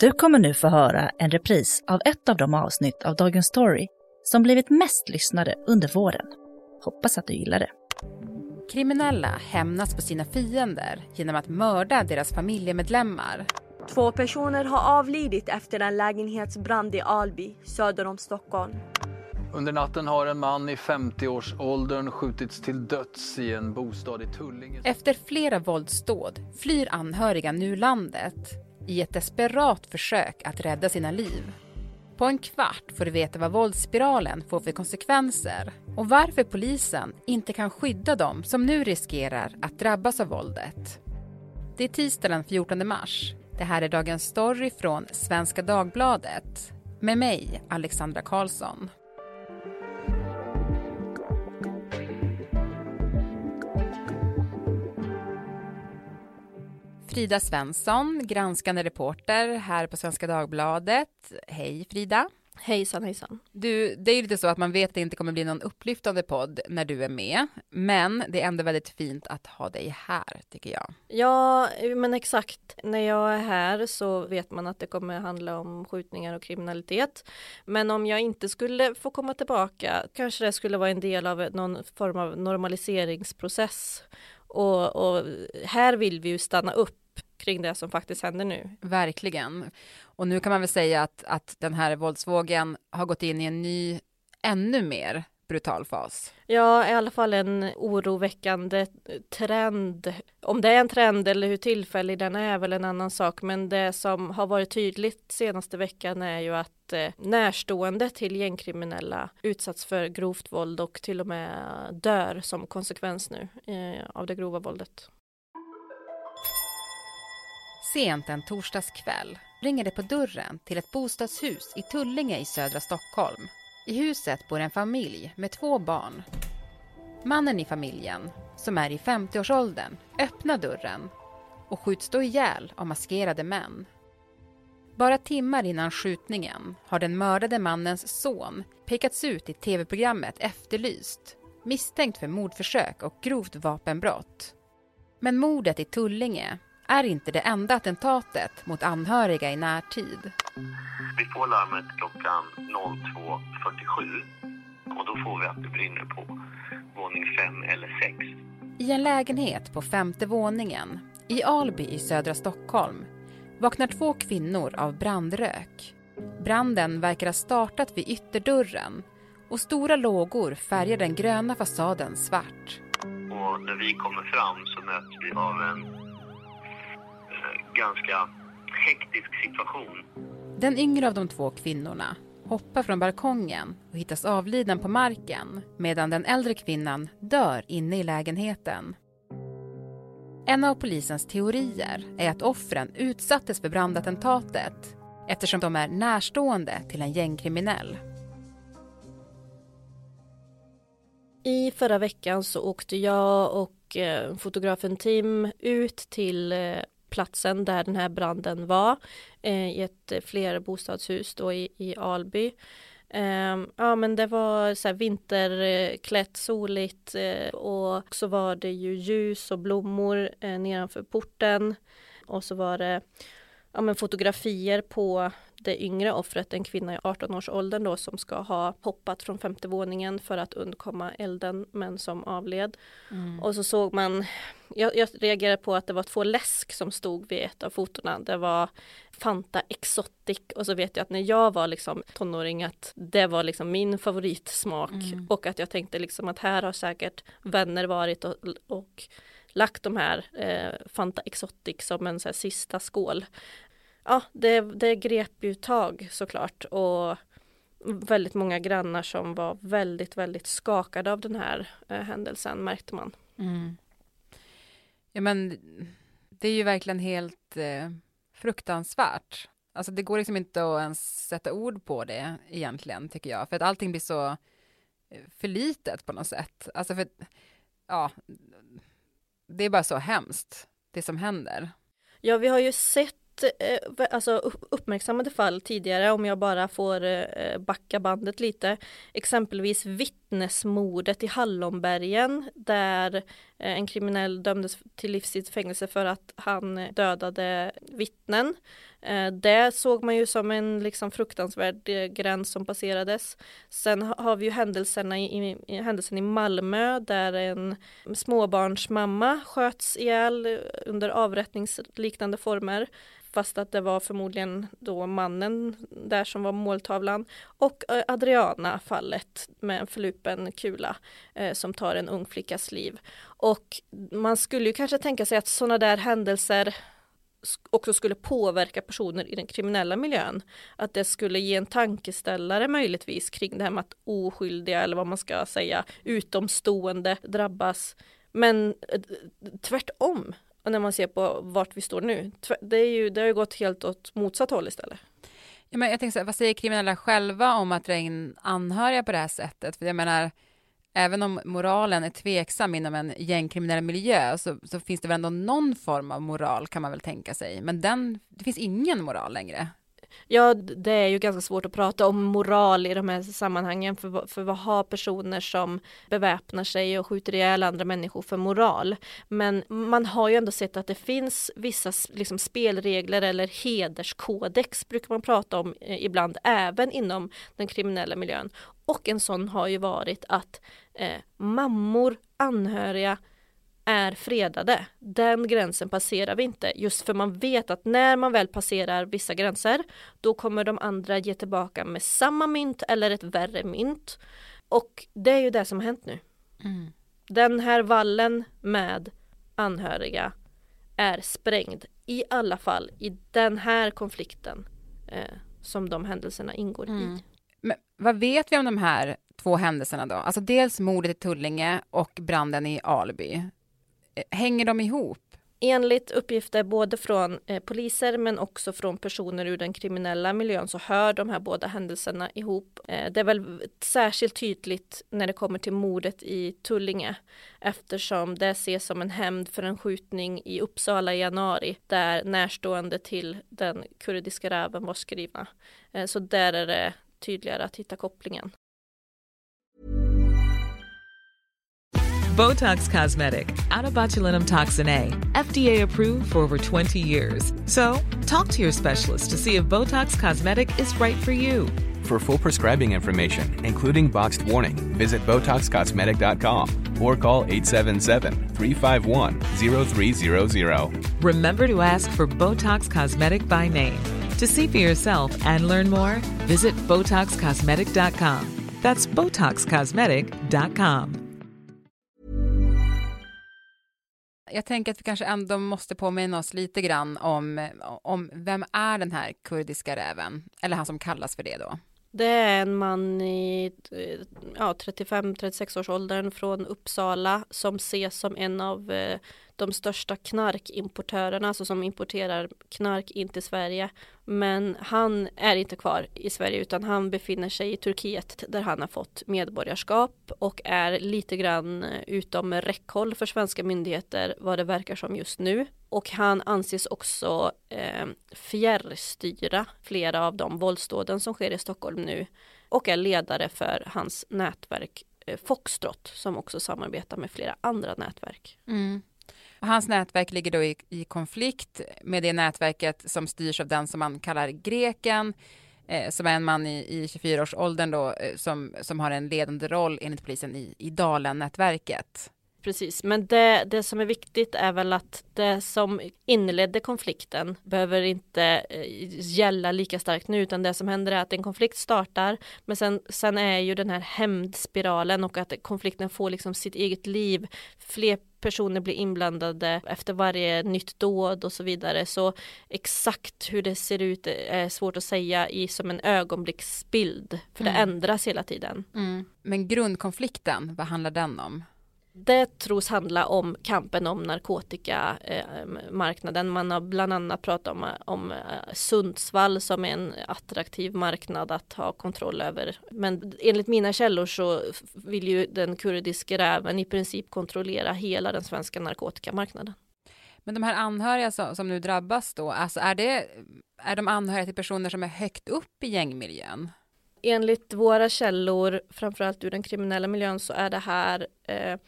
Du kommer nu få höra en repris av ett av de avsnitt av Dagens Story som blivit mest lyssnade under våren. Hoppas att du gillar det. Kriminella hämnas på sina fiender genom att mörda deras familjemedlemmar. 2 personer har avlidit efter en lägenhetsbrand i Alby, söder om Stockholm. Under natten har en man i 50-årsåldern skjutits till döds i en bostad i Tullinge. Efter flera våldsdåd flyr anhöriga nu landet i ett desperat försök att rädda sina liv. På en kvart får du veta vad våldsspiralen får för konsekvenser och varför polisen inte kan skydda dem som nu riskerar att drabbas av våldet. Det är tisdag den 14 mars. Det här är Dagens Story från Svenska Dagbladet med mig, Alexandra Karlsson. Frida Svensson, granskande reporter här på Svenska Dagbladet. Hej Frida. Hejsan, hejsan. Du, det är ju lite så att man vet att det inte kommer bli någon upplyftande podd när du är med. Men det är ändå väldigt fint att ha dig här, tycker jag. Ja, men exakt. När jag är här så vet man att det kommer handla om skjutningar och kriminalitet. Men om jag inte skulle få komma tillbaka, kanske det skulle vara en del av någon form av normaliseringsprocess. Och här vill vi ju stanna upp kring det som faktiskt händer nu. Verkligen. Och nu kan man väl säga att den här våldsvågen har gått in i en ny, ännu mer brutal fas. Ja, i alla fall en oroväckande trend. Om det är en trend eller hur tillfällig den är väl en annan sak. Men det som har varit tydligt senaste veckan är ju att närstående till gängkriminella utsatts för grovt våld och till och med dör som konsekvens nu av det grova våldet. Sent en torsdagskväll ringer det på dörren till ett bostadshus i Tullinge i södra Stockholm. I huset bor en familj med 2 barn. Mannen i familjen, som är i 50-årsåldern, öppnar dörren och skjuts då ihjäl av maskerade män. Bara timmar innan skjutningen har den mördade mannens son pekats ut i tv-programmet Efterlyst, misstänkt för mordförsök och grovt vapenbrott. Men mordet i Tullinge är inte det enda attentatet mot anhöriga i närtid. Vi får larmet klockan 02.47 och då får vi att det brinner på våning 5 eller 6. I en lägenhet på 5:e våningen i Alby i södra Stockholm vaknar 2 kvinnor av brandrök. Branden verkar ha startat vid ytterdörren och stora lågor färgar den gröna fasaden svart. Och när vi kommer fram så möts vi av en ganska hektisk situation. Den yngre av de 2 kvinnorna hoppar från balkongen och hittas avliden på marken medan den äldre kvinnan dör inne i lägenheten. En av polisens teorier är att offren utsattes för brandattentatet eftersom de är närstående till en gängkriminell. I förra veckan så åkte jag och fotografen Tim ut till platsen där den här branden var i ett flerbostadshus då i Alby. Ja, men det var så här vinterklätt, soligt och så var det ju ljus och blommor nedanför porten och så var det fotografier på det yngre offret, en kvinna i 18-årsåldern då som ska ha hoppat från 5:e våningen för att undkomma elden men som avled. Och så såg man, jag reagerade på att det var 2 läsk som stod vid ett av fotorna. Det var Fanta Exotic och så vet jag att när jag var liksom tonåring att det var liksom min favoritsmak och att jag tänkte liksom att här har säkert vänner varit och lagt de här Fanta Exotic som en så här sista skål. Ja, det grep ju tag såklart och väldigt många grannar som var väldigt, väldigt skakade av den här händelsen märkte man. Ja, men det är ju verkligen helt fruktansvärt. Alltså det går liksom inte att ens sätta ord på det egentligen tycker jag. För att allting blir så för litet på något sätt. Alltså för ja, det är bara så hemskt det som händer. Ja, vi har ju sett uppmärksammade fall tidigare om jag bara får backa bandet lite. Exempelvis vittnesmordet i Hallonbergen där En kriminell dömdes till livstidsfängelse för att han dödade vittnen. Det såg man ju som en liksom fruktansvärd gräns som passerades. Sen har vi ju händelsen i Malmö där en småbarnsmamma sköts ihjäl under avrättningsliknande former. Fast att det var förmodligen då mannen där som var måltavlan. Och Adriana-fallet med en förlupen kula som tar en ung flickas liv. Och man skulle ju kanske tänka sig att sådana där händelser också skulle påverka personer i den kriminella miljön. Att det skulle ge en tankeställare möjligtvis kring det här med att oskyldiga eller vad man ska säga utomstående drabbas. Men tvärtom. Och när man ser på vart vi står nu, det har ju gått helt åt motsatt håll istället. Ja, men jag tänker så här, vad säger kriminella själva om att dra in anhöriga på det här sättet? För jag menar, även om moralen är tveksam inom en gängkriminell miljö så finns det väl ändå någon form av moral kan man väl tänka sig. Men det finns ingen moral längre. Ja, det är ju ganska svårt att prata om moral i de här sammanhangen. För vad har personer som beväpnar sig och skjuter ihjäl andra människor för moral? Men man har ju ändå sett att det finns vissa liksom, spelregler eller hederskodex brukar man prata om ibland även inom den kriminella miljön. Och en sån har ju varit att mammor, anhöriga är fredade. Den gränsen passerar vi inte. Just för man vet att när man väl passerar vissa gränser då kommer de andra ge tillbaka med samma mynt eller ett värre mynt. Och det är ju det som har hänt nu. Mm. Den här vallen med anhöriga är sprängd. I alla fall i den här konflikten som de händelserna ingår i. Men vad vet vi om de här två händelserna då? Alltså dels mordet i Tullinge och branden i Alby. Hänger de ihop? Enligt uppgifter både från poliser men också från personer ur den kriminella miljön så hör de här båda händelserna ihop. Det är väl särskilt tydligt när det kommer till mordet i Tullinge eftersom det ses som en hämnd för en skjutning i Uppsala i januari där närstående till den kurdiska räven var skrivna. Så där är det tydligare att hitta kopplingen. Botox Cosmetic, out of botulinum toxin A, FDA approved for over 20 years. So, talk to your specialist to see if Botox Cosmetic is right for you. For full prescribing information, including boxed warning, visit BotoxCosmetic.com or call 877-351-0300. Remember to ask for Botox Cosmetic by name. To see for yourself and learn more, visit BotoxCosmetic.com. That's BotoxCosmetic.com. Jag tänker att vi kanske ändå måste påminna oss lite grann om vem är den här kurdiska räven? Eller han som kallas för det då. Det är en man i 35-36 års åldern från Uppsala som ses som en av de största knarkimportörerna, alltså som importerar knark in till Sverige. Men han är inte kvar i Sverige utan han befinner sig i Turkiet där han har fått medborgarskap och är lite grann utom räckhåll för svenska myndigheter vad det verkar som just nu. Och han anses också fjärrstyra flera av de våldsdåden som sker i Stockholm nu och är ledare för hans nätverk Foxtrot som också samarbetar med flera andra nätverk. Mm. Och hans nätverk ligger då i konflikt med det nätverket som styrs av den som man kallar greken, som är en man i 24-årsåldern då, som har en ledande roll enligt polisen i Dalen-nätverket. Precis, men det som är viktigt är väl att det som inledde konflikten behöver inte gälla lika starkt nu, utan det som händer är att en konflikt startar, men sen är ju den här hämndspiralen och att konflikten får liksom sitt eget liv. Fler personer blir inblandade efter varje nytt dåd och så vidare. Så exakt hur det ser ut är svårt att säga som en ögonblicksbild, för det ändras hela tiden. Mm. Men grundkonflikten, vad handlar den om? Det tros handla om kampen om narkotikamarknaden. Man har bland annat pratat om Sundsvall som är en attraktiv marknad att ha kontroll över. Men enligt mina källor så vill ju den kurdiska räven i princip kontrollera hela den svenska narkotikamarknaden. Men de här anhöriga som nu drabbas då, alltså är de anhöriga till personer som är högt upp i gängmiljön? Enligt våra källor, framförallt ur den kriminella miljön, så är det här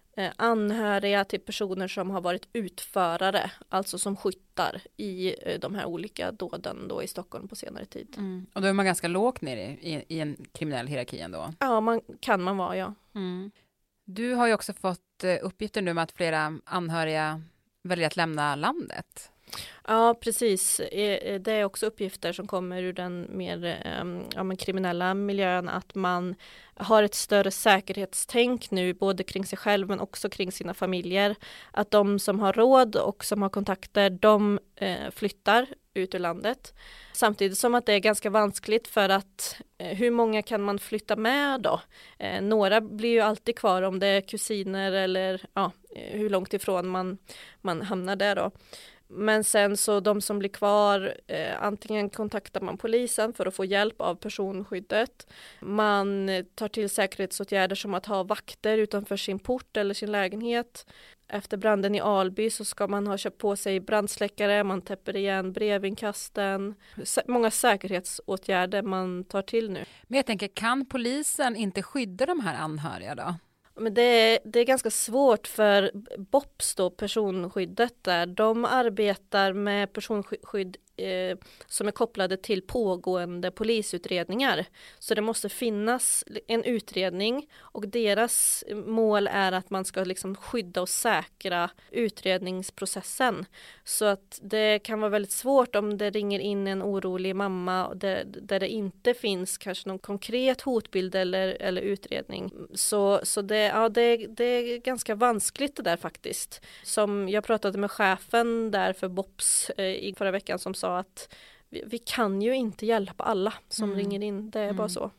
anhöriga till personer som har varit utförare, alltså som skyttar i de här olika dåden då i Stockholm på senare tid. Och då är man ganska lågt ner i en kriminell hierarki ändå. Ja, man vara, ja. Du har ju också fått uppgifter nu om att flera anhöriga väljer att lämna landet. Ja, precis. Det är också uppgifter som kommer ur den mer kriminella miljön, att man har ett större säkerhetstänk nu, både kring sig själv men också kring sina familjer. Att de som har råd och som har kontakter, de flyttar ut ur landet. Samtidigt som att det är ganska vanskligt, för att hur många kan man flytta med då? Några blir ju alltid kvar, om det är kusiner eller hur långt ifrån man hamnar där då. Men sen så de som blir kvar, antingen kontaktar man polisen för att få hjälp av personskyddet. Man tar till säkerhetsåtgärder som att ha vakter utanför sin port eller sin lägenhet. Efter branden i Alby så ska man ha köpt på sig brandsläckare, man täpper igen brevinkasten. Många säkerhetsåtgärder man tar till nu. Men jag tänker, kan polisen inte skydda de här anhöriga då? Men det är ganska svårt, för BOPS då, personskyddet där, de arbetar med personskydd som är kopplade till pågående polisutredningar. Så det måste finnas en utredning, och deras mål är att man ska liksom skydda och säkra utredningsprocessen. Så att det kan vara väldigt svårt om det ringer in en orolig mamma där det inte finns kanske någon konkret hotbild eller utredning. Så det är ganska vanskligt det där faktiskt. Som jag pratade med chefen där för BOPS i förra veckan, som sa att vi kan ju inte hjälpa alla som ringer in. Det är bara så.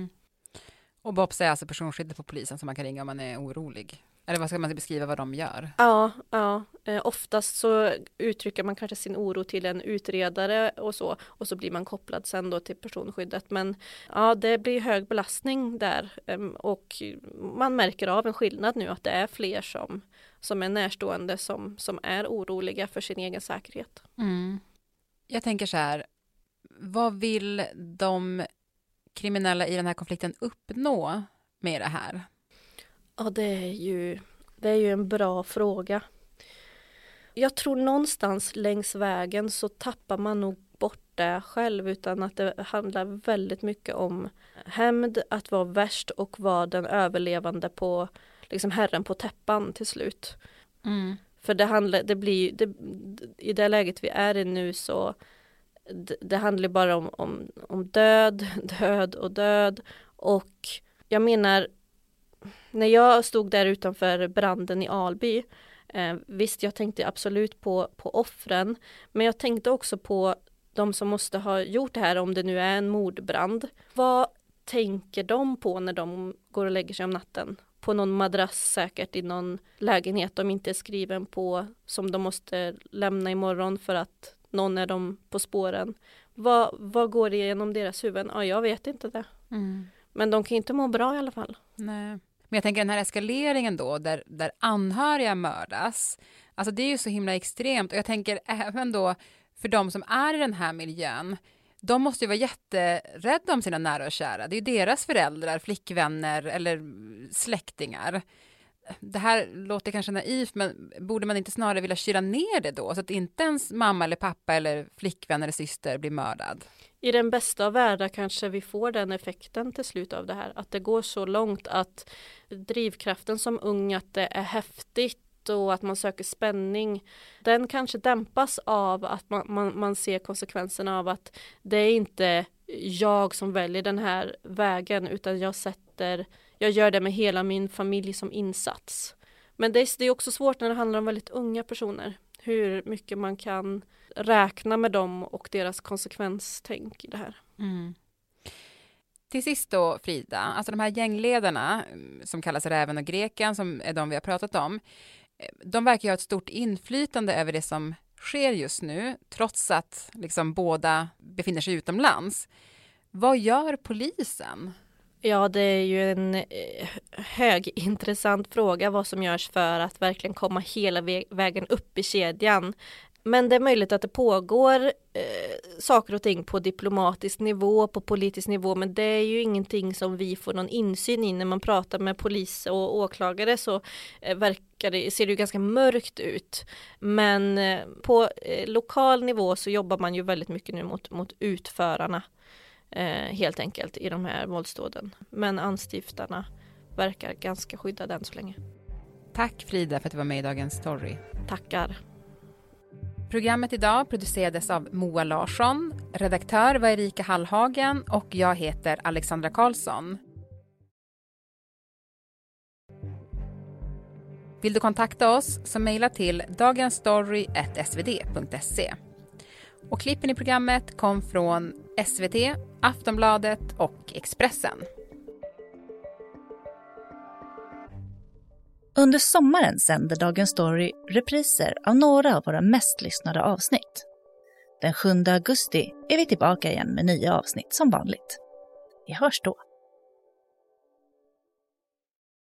Och BOPS är alltså personskyddet på polisen som man kan ringa om man är orolig. Eller vad ska man beskriva vad de gör? Ja. Oftast så uttrycker man kanske sin oro till en utredare och så blir man kopplad sen då till personskyddet. Men ja, det blir hög belastning där, och man märker av en skillnad nu, att det är fler som är närstående som är oroliga för sin egen säkerhet. Jag tänker så här, vad vill de kriminella i den här konflikten uppnå med det här? Ja, det är ju en bra fråga. Jag tror någonstans längs vägen så tappar man nog bort det själv, utan att det handlar väldigt mycket om hämnd, att vara värst och vara den överlevande på liksom herren på täppan till slut. För i det läget vi är i nu, så det handlar bara om död. Och jag menar, när jag stod där utanför branden i Alby, visst, jag tänkte absolut på offren, men jag tänkte också på de som måste ha gjort det här, om det nu är en mordbrand. Vad tänker de på när de går och lägger sig om natten? På någon madrass säkert i någon lägenhet de inte är skriven på, som de måste lämna imorgon för att någon är dem på spåren. Vad går det igenom deras huvuden? Ja, jag vet inte det. Men de kan inte må bra i alla fall. Nej. Men jag tänker den här eskaleringen då, där anhöriga mördas, alltså det är ju så himla extremt. Och jag tänker även då för de som är i den här miljön, de måste ju vara jätterädda om sina nära och kära. Det är ju deras föräldrar, flickvänner eller släktingar. Det här låter kanske naivt, men borde man inte snarare vilja kyla ner det då, så att inte ens mamma eller pappa eller flickvän eller syster blir mördad? I den bästa av världar kanske vi får den effekten till slut av det här. Att det går så långt att drivkraften som ung, att det är häftigt och att man söker spänning, den kanske dämpas av att man ser konsekvenserna av att det är inte jag som väljer den här vägen, utan jag gör det med hela min familj som insats. Men det är också svårt när det handlar om väldigt unga personer, hur mycket man kan räkna med dem och deras konsekvenstänk i det här. Till sist då, Frida, alltså de här gängledarna som kallas Räven och Greken, som är de vi har pratat om, de verkar ha ett stort inflytande över det som sker just nu, trots att liksom båda befinner sig utomlands. Vad gör polisen? Ja, det är ju en högintressant fråga vad som görs för att verkligen komma hela vägen upp i kedjan. Men det är möjligt att det pågår saker och ting på diplomatisk nivå, på politisk nivå, men det är ju ingenting som vi får någon insyn i. När man pratar med polis och åklagare så ser det ju ganska mörkt ut. Men på lokal nivå så jobbar man ju väldigt mycket nu mot utförarna helt enkelt i de här våldsdåden. Men anstiftarna verkar ganska skyddade än så länge. Tack Frida för att du var med i Dagens Story. Tackar. Programmet idag producerades av Moa Larsson, redaktör var Erika Hallhagen och jag heter Alexandra Karlsson. Vill du kontakta oss så mejla till dagensstory@svd.se. Och klippen i programmet kom från SVT, Aftonbladet och Expressen. Under sommaren sänder Dagens Story repriser av några av våra mest lyssnade avsnitt. Den 7 augusti är vi tillbaka igen med nya avsnitt som vanligt. Vi hörs då.